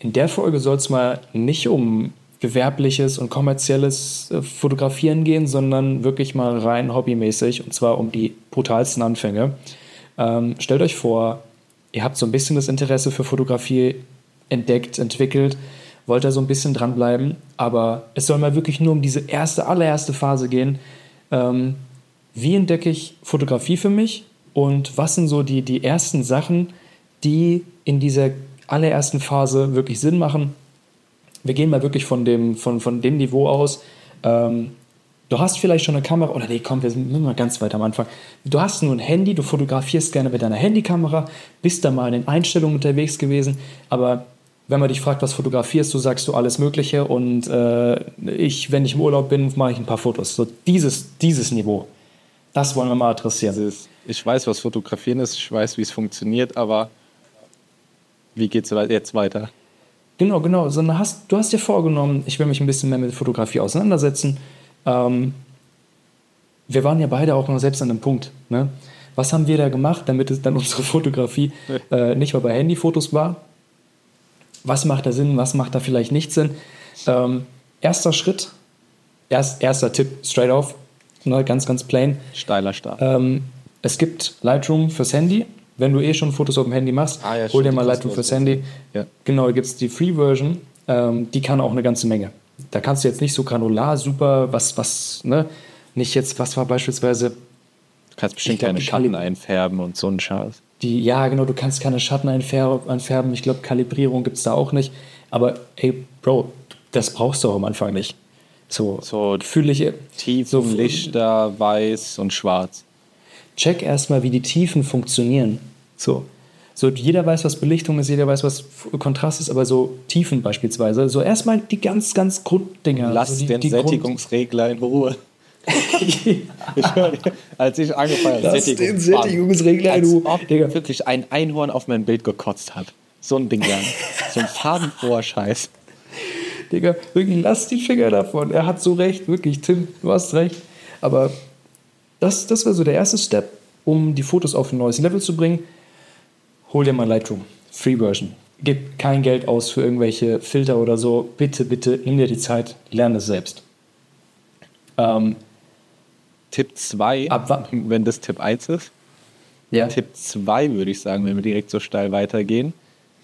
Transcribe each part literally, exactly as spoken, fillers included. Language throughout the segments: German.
In der Folge soll es mal nicht um gewerbliches und kommerzielles äh, Fotografieren gehen, sondern wirklich mal rein hobbymäßig, und zwar um die brutalsten Anfänge. Ähm, stellt euch vor, ihr habt so ein bisschen das Interesse für Fotografie entdeckt, entwickelt, wollt da so ein bisschen dranbleiben, aber es soll mal wirklich nur um diese erste, allererste Phase gehen. Ähm, wie entdecke ich Fotografie für mich und was sind so die, die ersten Sachen, die in dieser allerersten Phase wirklich Sinn machen? Wir gehen mal wirklich von dem, von, von dem Niveau aus. Ähm, du hast vielleicht schon eine Kamera, oder nee, komm, wir sind mal ganz weit am Anfang. Du hast nur ein Handy, du fotografierst gerne mit deiner Handykamera, bist da mal in den Einstellungen unterwegs gewesen, aber wenn man dich fragt, was fotografierst du, sagst du alles Mögliche und äh, ich, wenn ich im Urlaub bin, mache ich ein paar Fotos. So dieses, dieses Niveau, das wollen wir mal adressieren. Ich weiß, was Fotografieren ist, ich weiß, wie es funktioniert, aber wie geht es jetzt weiter? Genau, genau. Sondern hast, du hast dir vorgenommen, ich will mich ein bisschen mehr mit Fotografie auseinandersetzen. Ähm, wir waren ja beide auch noch selbst an einem Punkt. Ne? Was haben wir da gemacht, damit es dann unsere Fotografie äh, nicht mal bei Handyfotos war? Was macht da Sinn, was macht da vielleicht nicht Sinn? Ähm, erster Schritt, erst, erster Tipp, straight off, ne, ganz, ganz plain. Steiler Start. Ähm, es gibt Lightroom fürs Handy. Wenn du eh schon Fotos auf dem Handy machst, ah, ja, hol dir mal Lightroom fürs Handy. Ja. Genau, da gibt es die Free-Version, ähm, die kann auch eine ganze Menge. Da kannst du jetzt nicht so granular, super, was, was, ne, nicht jetzt, was war beispielsweise... Du kannst bestimmt glaub, keine Schatten einfärben und so ein Scheiß. Die, ja, genau, du kannst keine Schatten einfärben. Ich glaube, Kalibrierung gibt es da auch nicht. Aber, ey, Bro, das brauchst du auch am Anfang nicht. So, so fühle ich... Tiefen, so, Lichter, weiß und schwarz. Check erstmal, wie die Tiefen funktionieren. So. So, jeder weiß, was Belichtung ist, jeder weiß, was Kontrast ist, aber so Tiefen beispielsweise. So erstmal die ganz, ganz Grunddinger. Lass also die, den die Sättigungsregler in Ruhe. ich höre, als ich angefangen habe, Lass Sättigung, den Sättigungsregler in Ruhe. Als ob Digga. Wirklich ein Einhorn auf mein Bild gekotzt hat. So ein Ding dann. So ein farbenfroher Scheiß. Digga, wirklich, lass die Finger davon. Er hat so recht, wirklich, Tim, du hast recht. Aber das, das war so der erste Step, um die Fotos auf ein neues Level zu bringen. Hol dir mal Lightroom, Free Version. Gib kein Geld aus für irgendwelche Filter oder so. Bitte, bitte, nimm dir die Zeit, lerne es selbst. Ähm, Tipp zwei, wenn das Tipp eins ist. Ja. Tipp zwei würde ich sagen, wenn wir direkt so steil weitergehen.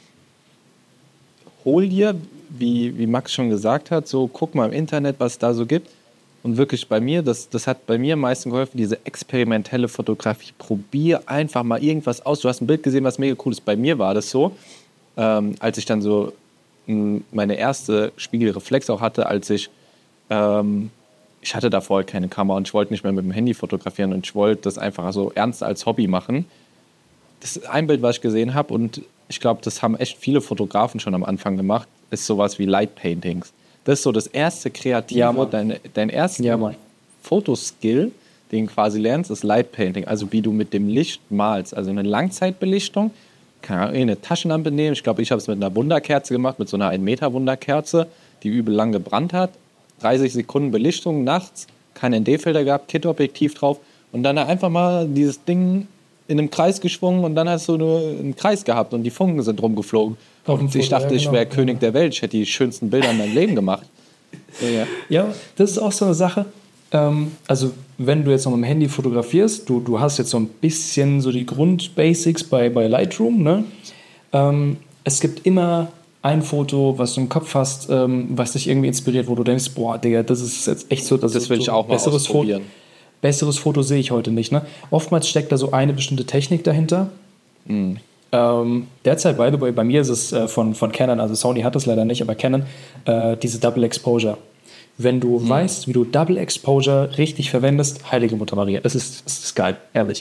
Hol dir, wie, wie Max schon gesagt hat, so guck mal im Internet, was es da so gibt. Und wirklich bei mir, das, das hat bei mir am meisten geholfen, diese experimentelle Fotografie. Probier einfach mal irgendwas aus. Du hast ein Bild gesehen, was mega cool ist. Bei mir war das so, ähm, als ich dann so mh, meine erste Spiegelreflex auch hatte, als ich, ähm, ich hatte davor halt keine Kamera und ich wollte nicht mehr mit dem Handy fotografieren und ich wollte das einfach so ernst als Hobby machen. Das ist ein Bild, was ich gesehen habe und ich glaube, das haben echt viele Fotografen schon am Anfang gemacht, ist sowas wie Light Paintings. Das ist so das erste Kreative, ja, dein, dein erster ja, Fotoskill, den du quasi lernst, ist Light Painting. Also wie du mit dem Licht malst. Also eine Langzeitbelichtung, kann man eine Taschenlampe nehmen. Ich glaube, ich habe es mit einer Wunderkerze gemacht, mit so einer ein Meter Wunderkerze, die übel lang gebrannt hat. dreißig Sekunden Belichtung nachts, kein N D-Filter gehabt, Kit-Objektiv drauf und dann einfach mal dieses Ding in einem Kreis geschwungen und dann hast du nur einen Kreis gehabt und die Funken sind rumgeflogen. Und ich dachte, ich wäre König der Welt. Ich hätte die schönsten Bilder in meinem Leben gemacht. Ja, ja, das ist auch so eine Sache. Ähm, also, wenn du jetzt noch mit dem Handy fotografierst, du, du hast jetzt so ein bisschen so die Grundbasics bei, bei Lightroom, ne? Ähm, es gibt immer ein Foto, was du im Kopf hast, ähm, was dich irgendwie inspiriert, wo du denkst, boah, Digga, das ist jetzt echt so... Das, das will so ich auch mal besseres ausprobieren. Foto, besseres Foto sehe ich heute nicht. Ne? Oftmals steckt da so eine bestimmte Technik dahinter. Mm. Ähm, derzeit, by the way, bei mir ist es äh, von, von Canon, also Sony hat das leider nicht, aber Canon, äh, diese Double Exposure. Wenn du mhm. weißt, wie du Double Exposure richtig verwendest, heilige Mutter Maria, das ist, das ist geil, ehrlich.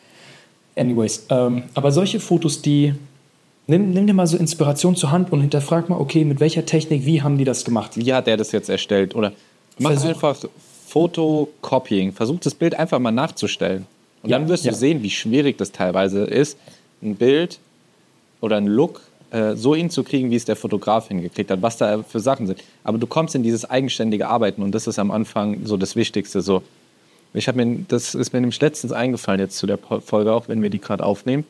Anyways, ähm, aber solche Fotos, die, nimm, nimm dir mal so Inspiration zur Hand und hinterfrag mal, okay, mit welcher Technik, wie haben die das gemacht? Wie hat der das jetzt erstellt? Oder mach Versuch. einfach Fotocopying, versuch das Bild einfach mal nachzustellen. Und ja, dann wirst du ja. sehen, wie schwierig das teilweise ist, ein Bild oder ein Look äh, so hinzukriegen, wie es der Fotograf hingekriegt hat, was da für Sachen sind. Aber du kommst in dieses eigenständige Arbeiten und das ist am Anfang so das Wichtigste. So. Ich hab mir, das ist mir nämlich letztens eingefallen jetzt zu der Folge auch, wenn wir die gerade aufnehmen.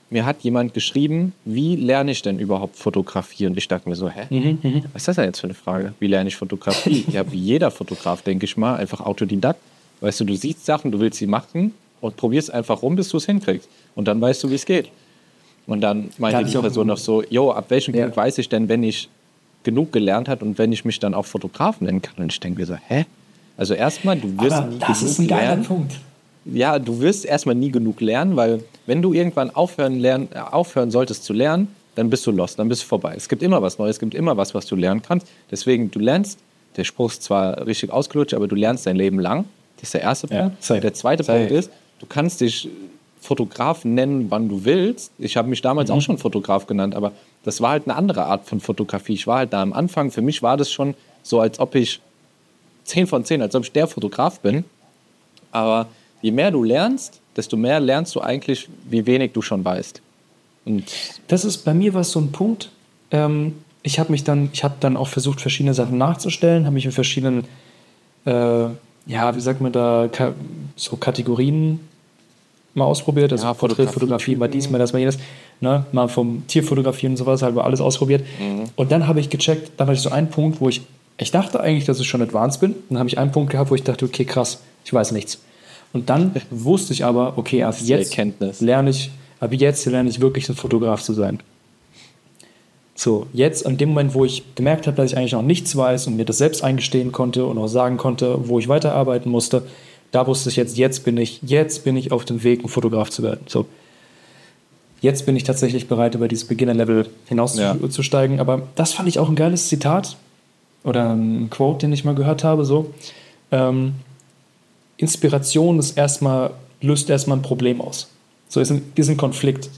mir hat jemand geschrieben, wie lerne ich denn überhaupt Fotografie? Und ich dachte mir so, hä? Mhm, mhm. Was ist das denn jetzt für eine Frage? Wie lerne ich Fotografie? Ja, wie jeder Fotograf, denke ich mal, einfach Autodidakt. Weißt du, du siehst Sachen, du willst sie machen und probierst einfach rum, bis du es hinkriegst. Und dann weißt du, wie es geht. Und dann meinte die Person noch so, jo, ab welchem Ja. Punkt weiß ich denn, wenn ich genug gelernt habe und wenn ich mich dann auch Fotograf nennen kann? Und ich denke mir so, hä? Also erstmal, du wirst Aber nie das genug ist ein geiler lernen. Punkt. Ja, du wirst erstmal nie genug lernen, weil wenn du irgendwann aufhören, lernen, äh, aufhören solltest zu lernen, dann bist du lost, dann bist du vorbei. Es gibt immer was Neues, es gibt immer was, was du lernen kannst. Deswegen, du lernst, der Spruch ist zwar richtig ausgelutscht, aber du lernst dein Leben lang. Das ist der erste Ja, Punkt. safe. Der zweite Safe. Punkt ist, du kannst dich Fotograf nennen, wann du willst. Ich habe mich damals Mhm. auch schon Fotograf genannt, aber das war halt eine andere Art von Fotografie. Ich war halt da am Anfang, für mich war das schon so, als ob ich zehn von zehn, als ob ich der Fotograf bin. Aber je mehr du lernst, desto mehr lernst du eigentlich, wie wenig du schon weißt. Und Das ist bei mir was so ein Punkt. Ähm, ich habe mich dann, ich habe dann auch versucht, verschiedene Sachen nachzustellen, habe mich in verschiedenen, äh, ja, wie sagt man da, Ka so Kategorien mal ausprobiert. Also Ja, Porträtfotografie, mal dies, mal das, mal jenes. Ne? Mal vom Tierfotografie und sowas, halt mal alles ausprobiert. Mhm. Und dann habe ich gecheckt, dann hatte ich so einen Punkt, wo ich, ich dachte eigentlich, dass ich schon advanced bin. Dann habe ich einen Punkt gehabt, wo ich dachte, okay, krass, ich weiß nichts. Und dann wusste ich aber, okay, ab die jetzt Erkenntnis. lerne ich, ab jetzt lerne ich wirklich ein Fotograf zu sein. So, jetzt an dem Moment, wo ich gemerkt habe, dass ich eigentlich noch nichts weiß und mir das selbst eingestehen konnte und auch sagen konnte, wo ich weiterarbeiten musste, da wusste ich jetzt, jetzt bin ich, jetzt bin ich auf dem Weg, ein Fotograf zu werden. So, jetzt bin ich tatsächlich bereit, über dieses Beginner-Level hinauszusteigen. Ja. Aber das fand ich auch ein geiles Zitat oder ein Quote, den ich mal gehört habe. So, ähm, Inspiration ist erstmal, löst erstmal ein Problem aus. So ist ein, ist ein Konflikt.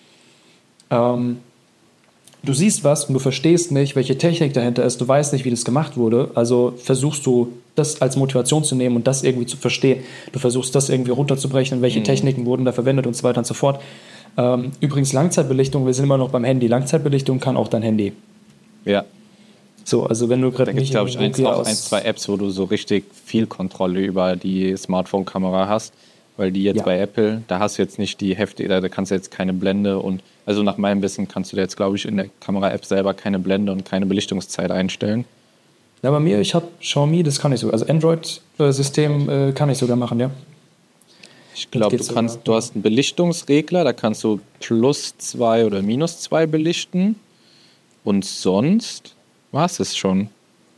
Ähm, du siehst was und du verstehst nicht, welche Technik dahinter ist, du weißt nicht, wie das gemacht wurde, also versuchst du, das als Motivation zu nehmen und das irgendwie zu verstehen. Du versuchst, das irgendwie runterzubrechen, welche Mhm. Techniken wurden da verwendet und so weiter und so fort. Ähm, übrigens Langzeitbelichtung, wir sind immer noch beim Handy. Langzeitbelichtung kann auch dein Handy. Ja, So, also wenn du da gerade gibt es, nicht glaube ich, eins, irgendwie auch aus- ein, zwei Apps, wo du so richtig viel Kontrolle über die Smartphone-Kamera hast, weil die jetzt Ja. bei Apple, da hast du jetzt nicht die Hefte, da kannst du jetzt keine Blende und, also nach meinem Wissen kannst du da jetzt, glaube ich, in der Kamera-App selber keine Blende und keine Belichtungszeit einstellen. Ja, bei mir, ich habe Xiaomi, das kann ich so. Also Android-System äh, kann ich sogar machen, ja. Ich glaube, geht du kannst, sogar. du hast einen Belichtungsregler, da kannst du plus zwei oder minus zwei belichten und sonst war es es schon.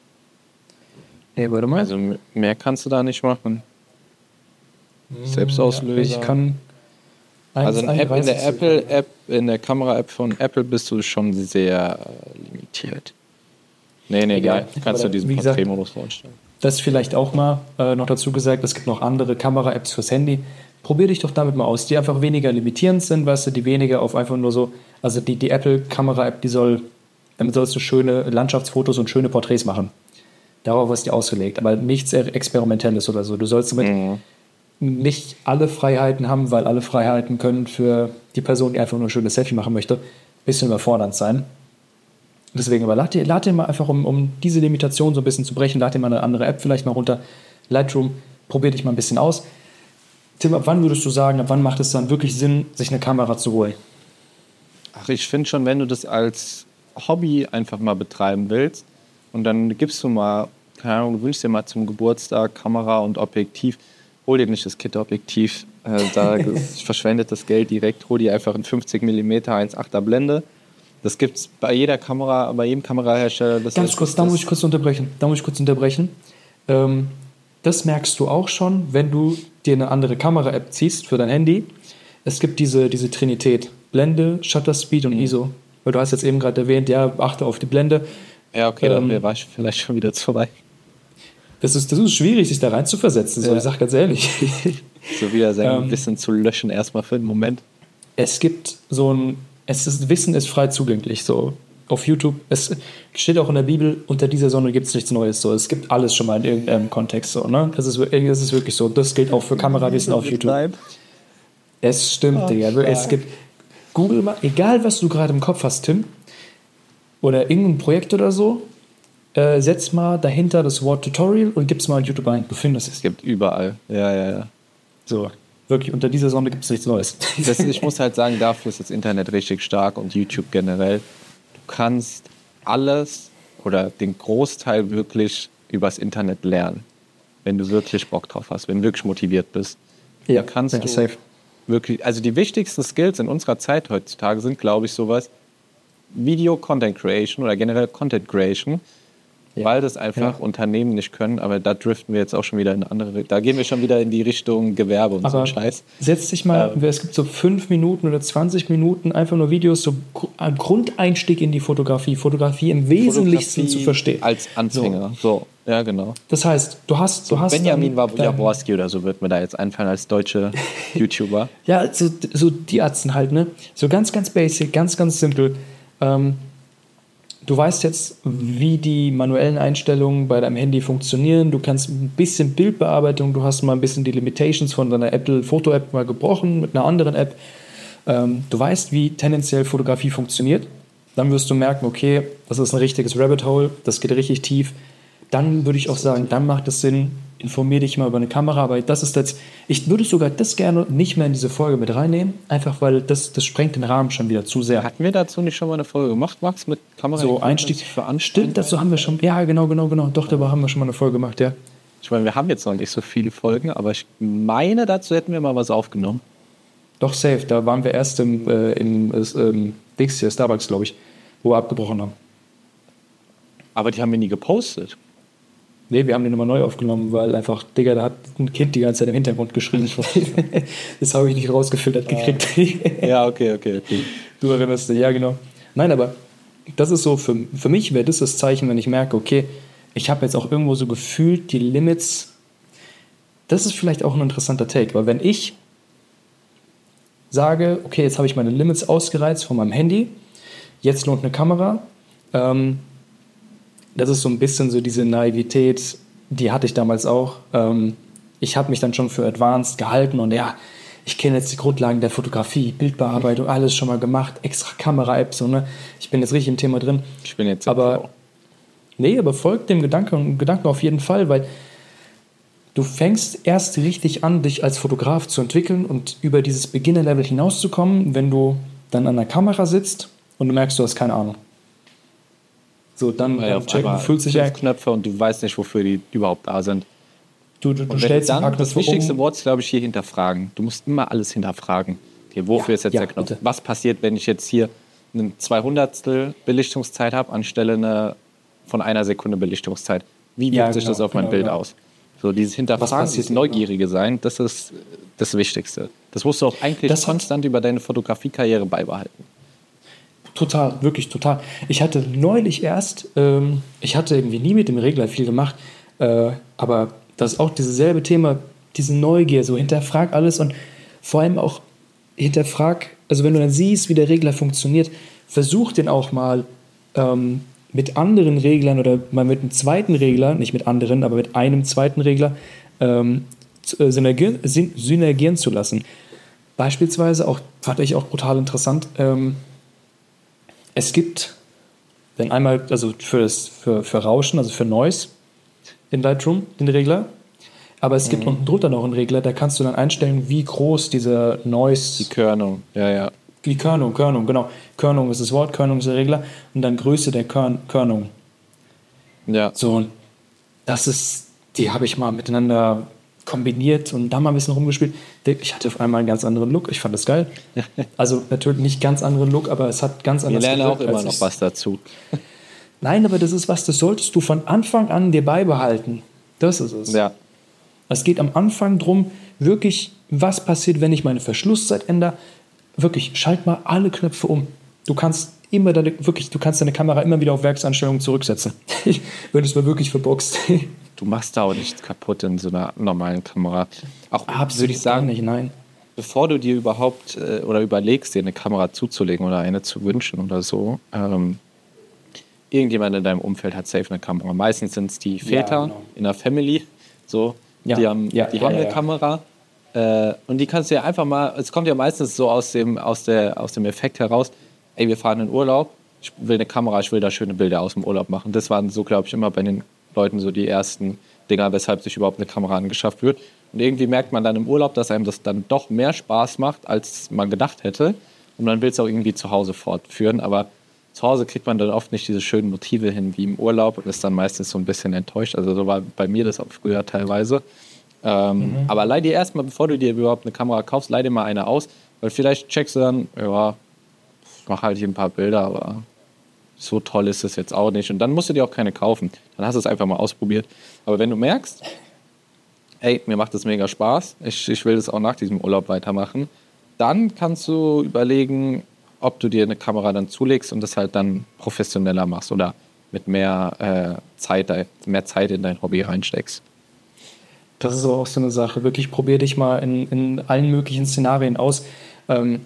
Nee, warte mal. Also m- mehr kannst du da nicht machen. Selbstauslöser. Ich kann. Also in, App, in der eins Komma einunddreißig Apple-App, in der Kamera-App von Apple bist du schon sehr äh, limitiert. Nee, nee, Egal. egal. Kannst Aber du diesen wie gesagt, Porträtmodus vorstellen. Das vielleicht auch mal äh, noch dazu gesagt, es gibt noch andere Kamera-Apps fürs Handy. Probier dich doch damit mal aus, die einfach weniger limitierend sind, weißt du, die weniger auf einfach nur so, also die, die Apple-Kamera-App, die soll, damit sollst du schöne Landschaftsfotos und schöne Porträts machen. Darauf ist die ausgelegt, aber nichts Experimentelles oder so. Du sollst damit Mhm. nicht alle Freiheiten haben, weil alle Freiheiten können für die Person, die einfach nur ein schönes Selfie machen möchte, ein bisschen überfordernd sein. Deswegen, aber lad dir, lad dir mal einfach, um, um diese Limitation so ein bisschen zu brechen, lad dir mal eine andere App vielleicht mal runter. Lightroom, probier dich mal ein bisschen aus. Tim, ab wann würdest du sagen, ab wann macht es dann wirklich Sinn, sich eine Kamera zu holen? Ach, ich finde schon, wenn du das als Hobby einfach mal betreiben willst und dann gibst du mal, keine Ahnung, du wünschst dir mal zum Geburtstag Kamera und Objektiv, hol dir nicht das Kit-Objektiv, äh, da verschwendet das Geld direkt, hol dir einfach ein fünfzig Millimeter eins Komma achter Blende. Das gibt es bei jeder Kamera, bei jedem Kamerahersteller. Das Ganz ist- kurz, da muss ich kurz unterbrechen. Da muss ich kurz unterbrechen. Ähm, das merkst du auch schon, wenn du dir eine andere Kamera-App ziehst für dein Handy. Es gibt diese, diese Trinität: Blende, Shutter Speed und I S O. Weil du hast jetzt eben gerade erwähnt, ja, achte auf die Blende. Ja, okay, Ähm, dann war ich vielleicht schon wieder zu weit. Das ist, das ist schwierig, sich da rein zu versetzen. So, Ja. ich sag ganz ehrlich. So wieder sein Ähm, Wissen zu löschen erstmal für einen Moment. Es gibt so ein, es ist, Wissen ist frei zugänglich, so auf YouTube. Es steht auch in der Bibel, unter dieser Sonne gibt es nichts Neues. So, es gibt alles schon mal in irgendeinem Kontext. So, ne? das, ist, wir- das ist wirklich so. Das gilt auch für Kamerawissen auf YouTube. Es stimmt, Oh, Digga. Es stark. gibt, Google mal, egal was du gerade im Kopf hast, Tim, oder irgendein Projekt oder so, äh, setz mal dahinter das Wort Tutorial und gib's mal in YouTube ein. Du findest es. Es gibt überall. Ja, ja, ja. So. Wirklich, unter dieser Sonne gibt es nichts Neues. Das, ich muss halt sagen, dafür ist das Internet richtig stark und YouTube generell. Du kannst alles oder den Großteil wirklich übers Internet lernen, wenn du wirklich Bock drauf hast, wenn du wirklich motiviert bist. Ja, da kannst ja, du safe. wirklich, also die wichtigsten Skills in unserer Zeit heutzutage sind, glaube ich, sowas Video Content Creation oder generell Content Creation, Ja. weil das einfach Ja. Unternehmen nicht können, aber da driften wir jetzt auch schon wieder in eine andere, da gehen wir schon wieder in die Richtung Gewerbe und so Aber ein Scheiß. setz dich mal, Ähm. es gibt so fünf Minuten oder zwanzig Minuten einfach nur Videos, so Gru- ein Grundeinstieg in die Fotografie, Fotografie im Wesentlichsten Fotografie zu verstehen. als Anfänger, so, ja genau. Das heißt, du hast, du hast Benjamin dann- Waborski oder so wird mir da jetzt einfallen als deutsche YouTuber. Ja, so, so die Atzen halt, ne? So ganz, ganz basic, ganz, ganz simpel. Ähm, du weißt jetzt, wie die manuellen Einstellungen bei deinem Handy funktionieren. Du kannst ein bisschen Bildbearbeitung, du hast mal ein bisschen die Limitations von deiner Apple-Foto-App mal gebrochen mit einer anderen App. Ähm, du weißt, wie tendenziell Fotografie funktioniert. Dann wirst du merken, okay, das ist ein richtiges Rabbit Hole, das geht richtig tief. Dann würde ich auch sagen, dann macht es Sinn, informier dich mal über eine Kamera, aber das ist jetzt, ich würde sogar das gerne nicht mehr in diese Folge mit reinnehmen, einfach weil das, das sprengt den Rahmen schon wieder zu sehr. Hatten wir dazu nicht schon mal eine Folge gemacht, Max, mit Kamera? So Einstieg. für Anstellen? Stimmt, dazu haben wir schon, ja genau, genau, genau, doch, darüber haben wir schon mal eine Folge gemacht, ja. Ich meine, wir haben jetzt noch nicht so viele Folgen, aber ich meine, dazu hätten wir mal was aufgenommen. Doch, safe, da waren wir erst im, äh, im äh, ähm, Dings hier, Starbucks, glaube ich, wo wir abgebrochen haben. Aber die haben wir nie gepostet. Nee, wir haben den nochmal neu aufgenommen, weil einfach, Digga, da hat ein Kind die ganze Zeit im Hintergrund geschrien. Das habe ich nicht rausgefiltert gekriegt. Ja, okay, okay, okay. Du erinnerst dich, ja genau. Nein, aber das ist so, für, für mich wäre das das Zeichen, wenn ich merke, okay, ich habe jetzt auch irgendwo so gefühlt die Limits. Das ist vielleicht auch ein interessanter Take, weil wenn ich sage, okay, jetzt habe ich meine Limits ausgereizt von meinem Handy, jetzt lohnt eine Kamera, ähm, das ist so ein bisschen so diese Naivität, die hatte ich damals auch. Ähm, ich habe mich dann schon für Advanced gehalten und ja, ich kenne jetzt die Grundlagen der Fotografie, Bildbearbeitung, alles schon mal gemacht, extra Kamera-Apps, so, ne? Ich bin jetzt richtig im Thema drin. Ich bin jetzt aber nee, aber folgt dem Gedanken, Gedanken auf jeden Fall, weil du fängst erst richtig an, dich als Fotograf zu entwickeln und über dieses Beginner-Level hinauszukommen, wenn du dann an der Kamera sitzt und du merkst, du hast keine Ahnung. So, dann, weil dann auf checken, einmal du fühlst dich fünf ja, Knöpfe und du weißt nicht, wofür die überhaupt da sind. du, du, du Und stellst ein dann, paar das Knöpfe wichtigste um. Wort ist, glaube ich, hier hinterfragen. Du musst immer alles hinterfragen. Okay, wofür Ja, ist jetzt ja, der Knopf? bitte. Was passiert, wenn ich jetzt hier eine zweihundertstel Belichtungszeit habe, anstelle eine, von einer Sekunde Belichtungszeit? Wie wirkt Ja, sich genau, das auf mein genau, Bild genau. aus? So, dieses Hinterfragen, passiert, dieses Neugierige sein, das ist das Wichtigste. Das musst du auch eigentlich Das hat- konstant über deine Fotografiekarriere beibehalten. Total, wirklich total. Ich hatte neulich erst, ähm, ich hatte irgendwie nie mit dem Regler viel gemacht, äh, aber das ist auch dieses selbe Thema, diese Neugier, so hinterfrag alles und vor allem auch hinterfrag, also wenn du dann siehst, wie der Regler funktioniert, versuch den auch mal ähm, mit anderen Reglern oder mal mit einem zweiten Regler, nicht mit anderen, aber mit einem zweiten Regler ähm, zu- äh, synergieren, syn synergieren zu lassen. Beispielsweise auch, fand ich auch brutal interessant, ähm, es gibt, wenn einmal, also für, das, für, für Rauschen, also für Noise in Lightroom, den Regler, aber es gibt unten drunter noch einen Regler, da kannst du dann einstellen, wie groß dieser Noise, Die Körnung, ja, ja. die Körnung, Körnung, genau, Körnung ist das Wort, Körnung ist der Regler und dann Größe der Körn, Körnung. Ja, So, und das ist, die habe ich mal miteinander kombiniert und da mal ein bisschen rumgespielt. Ich hatte auf einmal einen ganz anderen Look, ich fand das geil. Also natürlich nicht ganz anderen Look, aber es hat ganz wir anders lernen auch gewirkt, immer als noch ich's- was dazu. Nein, aber das ist was, das solltest du von Anfang an dir beibehalten. Das ist es. Ja, Es geht am Anfang drum, wirklich, was passiert, wenn ich meine Verschlusszeit ändere. Wirklich, schalt mal alle Knöpfe um. Du kannst immer deine, wirklich, du kannst deine Kamera immer wieder auf Werksanstellungen zurücksetzen. Wenn du es mal wirklich verboxt. du machst da auch nichts kaputt in so einer normalen Kamera. Auch würde ich gar sagen, nicht, nein. bevor du dir überhaupt äh, oder überlegst, dir eine Kamera zuzulegen oder eine zu wünschen oder so, ähm, irgendjemand in deinem Umfeld hat safe eine Kamera. Meistens sind es die Väter genau. in der Family, so, Ja, die haben, ja, die ja, haben ja, eine ja. Kamera. Äh, und die kannst du ja einfach mal, es kommt ja meistens so aus dem, aus der, aus dem Effekt heraus, ey, wir fahren in Urlaub, ich will eine Kamera, ich will da schöne Bilder aus dem Urlaub machen. Das waren so, glaube ich, immer bei den Leuten so die ersten Dinger, weshalb sich überhaupt eine Kamera angeschafft wird. Und irgendwie merkt man dann im Urlaub, dass einem das dann doch mehr Spaß macht, als man gedacht hätte. Und man will es auch irgendwie zu Hause fortführen. Aber zu Hause kriegt man dann oft nicht diese schönen Motive hin wie im Urlaub und ist dann meistens so ein bisschen enttäuscht. Also so war bei mir das auch früher teilweise. Ähm, mhm. Aber leih dir erstmal, bevor du dir überhaupt eine Kamera kaufst, leih dir mal eine aus. Weil vielleicht checkst du dann, ja, ich mache halt hier ein paar Bilder, aber so toll ist es jetzt auch nicht. Und dann musst du dir auch keine kaufen. Dann hast du es einfach mal ausprobiert. Aber wenn du merkst, ey, mir macht das mega Spaß, ich, ich will das auch nach diesem Urlaub weitermachen, dann kannst du überlegen, ob du dir eine Kamera dann zulegst und das halt dann professioneller machst oder mit mehr, äh, Zeit, mehr Zeit in dein Hobby reinsteckst. Das ist auch so eine Sache. Wirklich probier dich mal in, in allen möglichen Szenarien aus. Ähm,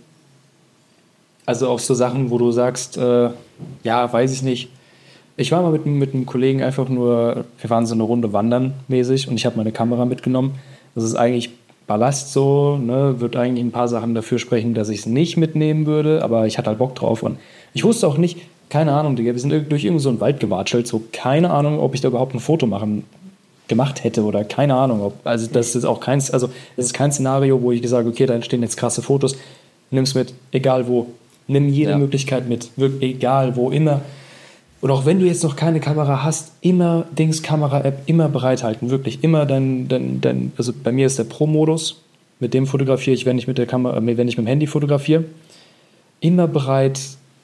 also auch so Sachen, wo du sagst, äh, ja, weiß ich nicht. Ich war mal mit, mit einem Kollegen einfach nur, wir waren so eine Runde wandern mäßig und ich habe meine Kamera mitgenommen. Das ist eigentlich Ballast so, ne, wird eigentlich ein paar Sachen dafür sprechen, dass ich es nicht mitnehmen würde, aber ich hatte halt Bock drauf und ich wusste auch nicht, keine Ahnung, Digga, wir sind durch irgend so einen Wald gewatschelt, so keine Ahnung, ob ich da überhaupt ein Foto machen gemacht hätte oder keine Ahnung, ob, also das ist auch kein, also das ist kein Szenario, wo ich gesagt habe, okay, da entstehen jetzt krasse Fotos, nimm's mit, egal wo, nimm jede ja. Möglichkeit mit, wirklich egal wo, immer. Und auch wenn du jetzt noch keine Kamera hast, immer Dings Kamera-App, immer bereithalten, wirklich, immer dein, dein, dein, also bei mir ist der Pro-Modus, mit dem fotografiere ich, wenn ich mit der Kamera, wenn ich mit dem Handy fotografiere, immer bereit,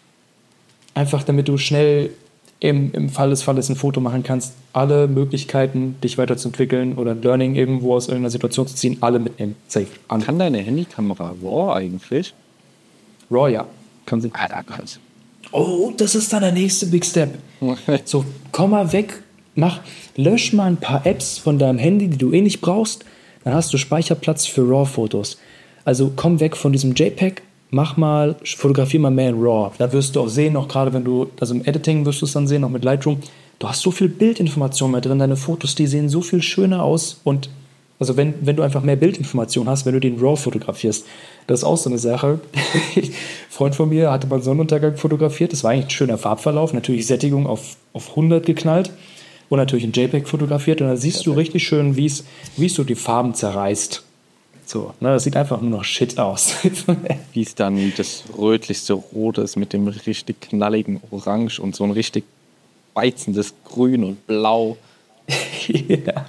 einfach damit du schnell im, im Fall des Falles ein Foto machen kannst, alle Möglichkeiten, dich weiterzuentwickeln oder Learning irgendwo aus irgendeiner Situation zu ziehen, alle mitnehmen, safe. An. Kann deine Handykamera RAW eigentlich? RAW, ja, kann sie. Ah, da kannst Oh, das ist dann der nächste Big Step. So, komm mal weg, mach, lösch mal ein paar Apps von deinem Handy, die du eh nicht brauchst, dann hast du Speicherplatz für RAW-Fotos. Also komm weg von diesem JPEG, mach mal, fotografier mal mehr in RAW. Da wirst du auch sehen, auch gerade wenn du, also im Editing wirst du es dann sehen, auch mit Lightroom, du hast so viel Bildinformation mehr drin, deine Fotos, die sehen so viel schöner aus und also wenn, wenn du einfach mehr Bildinformation hast, wenn du den RAW fotografierst, das ist auch so eine Sache. Ein Freund von mir hatte mal einen Sonnenuntergang fotografiert, das war eigentlich ein schöner Farbverlauf, natürlich Sättigung auf, auf hundert geknallt und natürlich ein JPEG fotografiert und da siehst du richtig schön, wie es wie es so die Farben zerreißt. So, ne, das sieht einfach nur noch shit aus. Wie es dann das rötlichste Rot ist mit dem richtig knalligen Orange und so ein richtig beizendes Grün und Blau. Ja.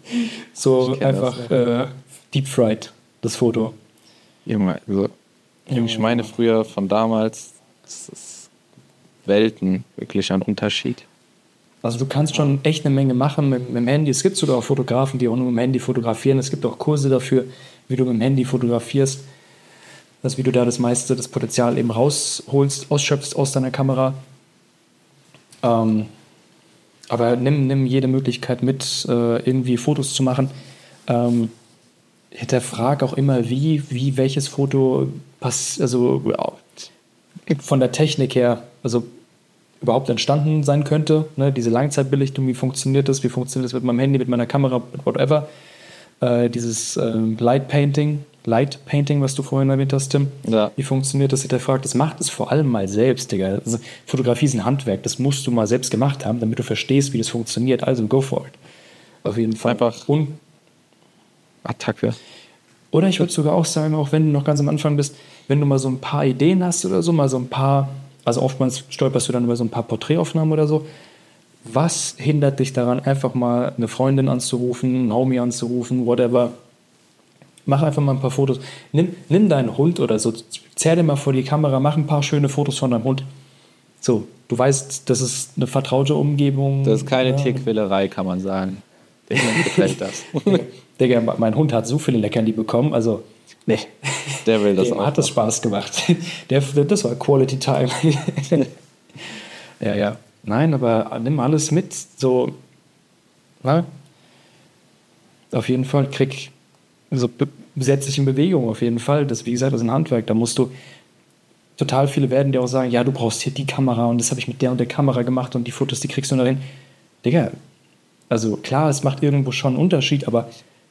So einfach das, ja. äh, deep fried, das Foto. Junge, also, ich meine früher von damals, das ist Welten wirklich ein Unterschied. Also du kannst schon echt eine Menge machen mit, mit dem Handy. Es gibt sogar auch Fotografen, die auch nur mit dem Handy fotografieren. Es gibt auch Kurse dafür, wie du mit dem Handy fotografierst. Also wie du da das meiste, das Potenzial eben rausholst, ausschöpfst aus deiner Kamera. Ähm, aber nimm, nimm jede Möglichkeit mit, äh, irgendwie Fotos zu machen. Ähm, hinterfrag auch immer, wie, wie welches Foto pass, also ja, von der Technik her, also überhaupt entstanden sein könnte. Ne? Diese Langzeitbelichtung, wie funktioniert das? Wie funktioniert das mit meinem Handy, mit meiner Kamera, whatever. Äh, dieses äh, Light Painting, Light Painting, was du vorhin erwähnt hast, Tim. Ja. Wie funktioniert das? Hinterfragt, das macht es vor allem mal selbst, Digga. Also, Fotografie ist ein Handwerk, das musst du mal selbst gemacht haben, damit du verstehst, wie das funktioniert. Also go for it. Auf jeden Fall. Einfach Und Attacke. Oder ich würde sogar auch sagen, auch wenn du noch ganz am Anfang bist, wenn du mal so ein paar Ideen hast oder so, mal so ein paar, also oftmals stolperst du dann über so ein paar Porträtaufnahmen oder so. Was hindert dich daran, einfach mal eine Freundin anzurufen, einen Homie anzurufen, whatever. Mach einfach mal ein paar Fotos. Nimm, nimm deinen Hund oder so, zerr dir mal vor die Kamera, mach ein paar schöne Fotos von deinem Hund. So, du weißt, das ist eine vertraute Umgebung. Das ist keine ja. Tierquälerei, kann man sagen. Mir gefällt das. Digga, mein Hund hat so viele Leckerli bekommen, also, nee. Der will das Dem auch. hat das Spaß gemacht. Der, das war Quality Time. ja, ja. Nein, aber nimm alles mit, so, na? Auf jeden Fall, krieg, so, setz dich in Bewegung, auf jeden Fall. Das, wie gesagt, das ist ein Handwerk, da musst du, total viele werden dir auch sagen, ja, du brauchst hier die Kamera und das habe ich mit der und der Kamera gemacht und die Fotos, die kriegst du dahin. Digga, also klar, es macht irgendwo schon einen Unterschied, aber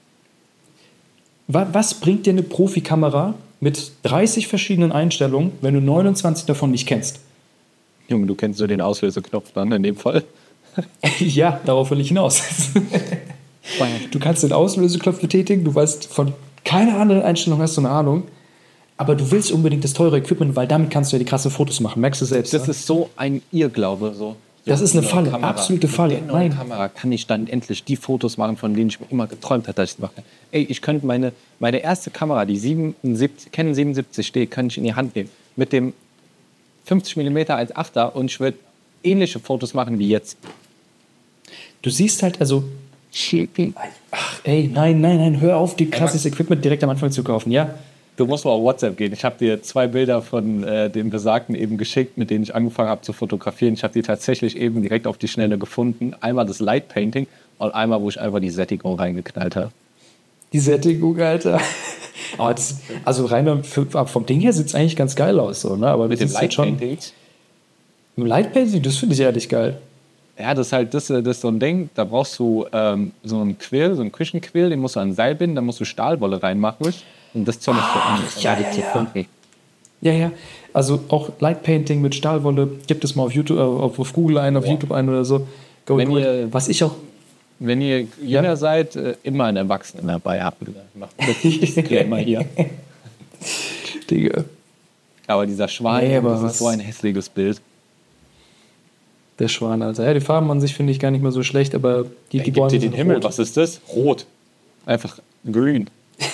was bringt dir eine Profikamera mit dreißig verschiedenen Einstellungen, wenn du neunundzwanzig davon nicht kennst? Junge, du kennst so den Auslöseknopf dann in dem Fall. Ja, darauf will ich hinaus. Du kannst den Auslöseknopf betätigen, du weißt von keiner anderen Einstellung hast du eine Ahnung, aber du willst unbedingt das teure Equipment, weil damit kannst du ja die krassen Fotos machen. Merkst du selbst? Das ne? ist so ein Irrglaube. So. Das ist eine Mit Falle, der Kamera. absolute Falle. Mit der neuen Nein. Kamera kann ich dann endlich die Fotos machen, von denen ich mir immer geträumt habe, dass ich mache. Ey, ich könnte meine, meine erste Kamera, die siebenundsiebzig, Canon siebenundsiebzig D, kann ich in die Hand nehmen. Mit dem fünfzig Millimeter eins Komma achter und ich würde ähnliche Fotos machen wie jetzt. Du siehst halt, also. Ach, ey, nein, nein, nein, hör auf, die krasses Equipment direkt am Anfang zu kaufen, ja? Du musst mal auf WhatsApp gehen. Ich habe dir zwei Bilder von äh, dem Besagten eben geschickt, mit denen ich angefangen habe zu fotografieren. Ich habe die tatsächlich eben direkt auf die Schnelle gefunden. Einmal das Light Painting und einmal, wo ich einfach die Sättigung reingeknallt habe. Die Sättigung, Alter. Aber das, also rein für, vom Ding her sieht es eigentlich ganz geil aus, so, ne? Aber Mit das dem ist halt Light schon. Painting. Im Light Painting, das finde ich ehrlich geil. Ja, das ist halt das, das ist so ein Ding. Da brauchst du ähm, so einen Quill, so einen Küchenquill, den musst du an ein Seil binden, dann musst du Stahlwolle reinmachen. Und das Zeug ist so an. ja, ja, ja. Ja, ja. Also auch Light Painting mit Stahlwolle, gibt es mal auf YouTube, äh, auf, auf Google ein, auf Ja. YouTube ein oder so. Go Wenn do it. ihr- Was ich auch. Wenn ihr jünger Ja. seid, äh, immer einen Erwachsenen dabei habt. Macht das Disclaimer hier. Digga. Aber dieser Schwein, Nee, aber das was- ist so ein hässliches Bild. Der Schwan, Alter. Ja, die Farben an sich finde ich gar nicht mehr so schlecht, aber die, die Gibt Bäume dir den sind Himmel, rot. was ist das? Rot. Einfach grün.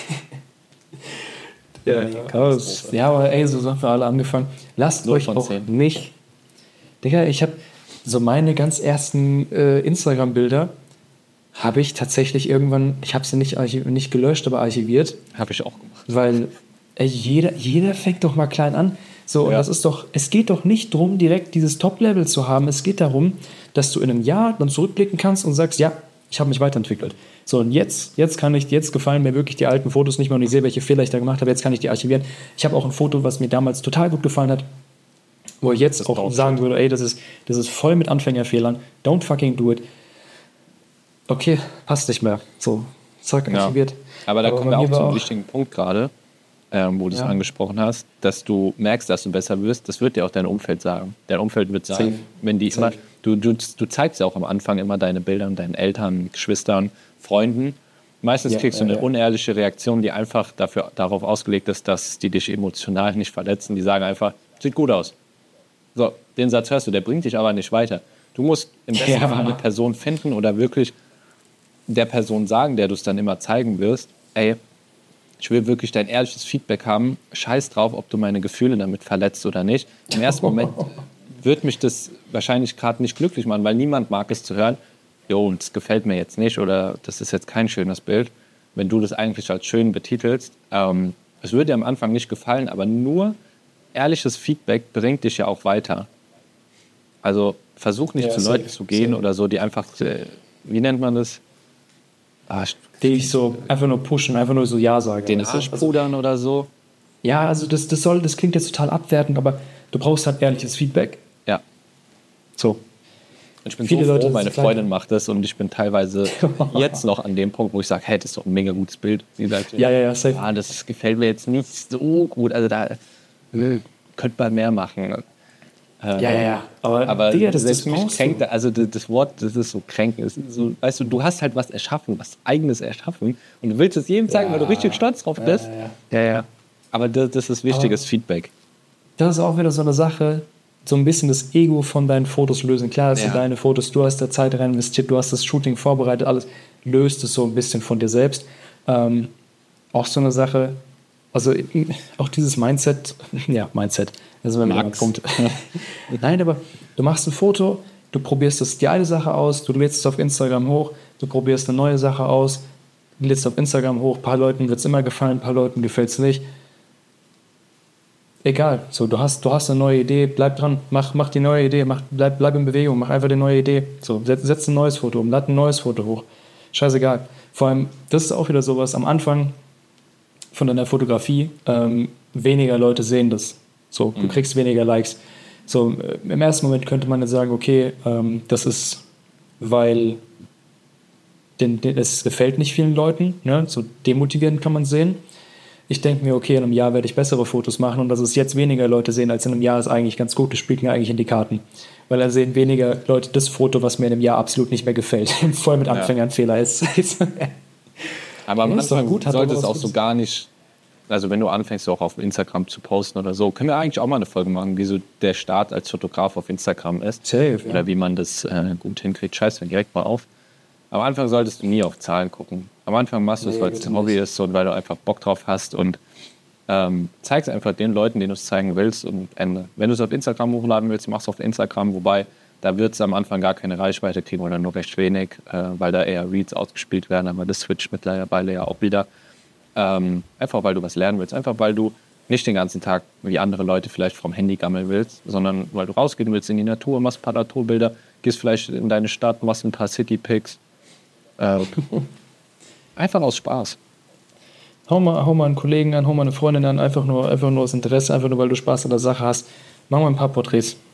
Ja, Chaos. Ja, aber ey, so haben wir alle angefangen. Lasst Null euch von auch zehn. nicht. Digga, ich habe so meine ganz ersten äh, Instagram-Bilder habe ich tatsächlich irgendwann, ich habe sie nicht, archiv- nicht gelöscht, aber archiviert, Habe ich auch gemacht. weil ey, jeder, jeder fängt doch mal klein an. So, und Ja. das ist doch, es geht doch nicht darum, direkt dieses Top-Level zu haben. Es geht darum, dass du in einem Jahr dann zurückblicken kannst und sagst, ja, ich habe mich weiterentwickelt. So, und jetzt, jetzt kann ich, jetzt gefallen mir wirklich die alten Fotos nicht mehr und ich sehe, welche Fehler ich da gemacht habe. Jetzt kann ich die archivieren. Ich habe auch ein Foto, was mir damals total gut gefallen hat, wo ich jetzt auch brauchst sagen würde, ey, das ist, das ist voll mit Anfängerfehlern. Don't fucking do it. Okay, passt nicht mehr. So, zack, Ja. archiviert. Aber da Aber kommen bei wir mir auch war zum wichtigen Punkt gerade, ähm, wo du es Ja. angesprochen hast, dass du merkst, dass du besser wirst. Das wird dir auch dein Umfeld sagen. Dein Umfeld wird sagen, Safe. wenn die immer, Safe. du, du, du zeigst ja auch am Anfang immer deine Bilder deinen Eltern, Geschwistern, Freunden. Meistens Ja, kriegst du ja, eine ja. unehrliche Reaktion, die einfach dafür, darauf ausgelegt ist, dass die dich emotional nicht verletzen. Die sagen einfach, sieht gut aus. So, den Satz hörst du, der bringt dich aber nicht weiter. Du musst im besten Ja. Fall eine Person finden oder wirklich der Person sagen, der du es dann immer zeigen wirst, ey, ich will wirklich dein ehrliches Feedback haben. Scheiß drauf, ob du meine Gefühle damit verletzt oder nicht. Im ersten Moment wird mich das wahrscheinlich gerade nicht glücklich machen, weil niemand mag es zu hören, jo, das gefällt mir jetzt nicht oder das ist jetzt kein schönes Bild, wenn du das eigentlich als schön betitelst. Ähm, es würde dir am Anfang nicht gefallen, aber nur ehrliches Feedback bringt dich ja auch weiter. Also versuch nicht Ja, zu safe, Leuten zu gehen safe. oder so, die einfach, äh, wie nennt man das? Ah, Die ich so einfach nur pushen, einfach nur so Ja sagen. den weißt du? Arsch pudern oder so. Ja, also das, das soll, das klingt jetzt total abwertend, aber du brauchst halt ehrliches Feedback. Ja. So. Ich bin Viele so Leute froh, meine sind klein. Freundin macht das und ich bin teilweise jetzt noch an dem Punkt, wo ich sage, hey, das ist doch ein mega gutes Bild. Sie sagt, Ja, ja, ja, safe. ah, das gefällt mir jetzt nicht so gut. Also da äh, könnte man mehr machen. Äh, Ja, ja, ja. Aber, Aber Digga, das, das selbst mich brauchst du. kränkt, also das, das Wort, das ist so kränken. Es ist so, weißt du, du hast halt was erschaffen, was Eigenes erschaffen und du willst es jedem zeigen, weil du richtig stolz drauf bist. ja, ja. ja. Aber das, das ist wichtiges Aber- Feedback. Das ist auch wieder so eine Sache, so ein bisschen das Ego von deinen Fotos lösen. Klar, das sind Ja. deine Fotos, du hast da Zeit rein investiert, du hast das Shooting vorbereitet, alles löst es so ein bisschen von dir selbst. Ähm, auch so eine Sache, also auch dieses Mindset, ja, Mindset, das ist mir ein Max. Punkt. Nein, aber du machst ein Foto, du probierst das, die eine Sache aus, du lädst es auf Instagram hoch, du probierst eine neue Sache aus, lädst es auf Instagram hoch, ein paar Leuten wird es immer gefallen, ein paar Leuten gefällt es nicht. Egal, so, du hast, du hast eine neue Idee, bleib dran, mach, mach die neue Idee, mach, bleib, bleib in Bewegung, mach einfach die neue Idee. So, setz, setz ein neues Foto um, lad ein neues Foto hoch. Scheißegal. Vor allem, das ist auch wieder sowas, am Anfang von deiner Fotografie, ähm, weniger Leute sehen das. So, du kriegst weniger Likes. So, äh, im ersten Moment könnte man jetzt sagen, okay, ähm, das ist, weil den, den, es gefällt nicht vielen Leuten, ne? So demotivierend kann man sehen. Ich denke mir, okay, in einem Jahr werde ich bessere Fotos machen und dass es jetzt weniger Leute sehen als in einem Jahr ist eigentlich ganz gut. Das spielt mir eigentlich in die Karten. weil dann sehen weniger Leute das Foto, was mir in einem Jahr absolut nicht mehr gefällt. Voll mit Anfängerfehler ist. Aber am Ja, ist doch Anfang gut, hat sollte doch es was auch so Gutes. gar nicht, also wenn du anfängst, auch auf Instagram zu posten oder so, können wir eigentlich auch mal eine Folge machen, wie so der Start als Fotograf auf Instagram ist. Safe, ja. Oder wie man das äh, gut hinkriegt. Scheiß mir direkt mal auf. Am Anfang solltest du nie auf Zahlen gucken. Am Anfang machst du es, Nee, weil es bitte ein Hobby nicht. ist und weil du einfach Bock drauf hast und ähm, zeigst einfach den Leuten, denen du es zeigen willst und Ende. Wenn du es auf Instagram hochladen willst, machst du auf Instagram, wobei da wird es am Anfang gar keine Reichweite kriegen oder nur recht wenig, äh, weil da eher Reads ausgespielt werden, aber das switcht mittlerweile ja auch wieder. Ähm, einfach weil du was lernen willst, einfach weil du nicht den ganzen Tag wie andere Leute vielleicht vom Handy gammeln willst, sondern weil du rausgehen willst in die Natur, machst ein paar Naturbilder, gehst vielleicht in deine Stadt, machst ein paar City-Pics. Äh, einfach aus Spaß. Hau mal, hau mal einen Kollegen an, hau mal eine Freundin an, einfach nur, einfach nur aus Interesse, einfach nur, weil du Spaß an der Sache hast. Mach mal ein paar Porträts.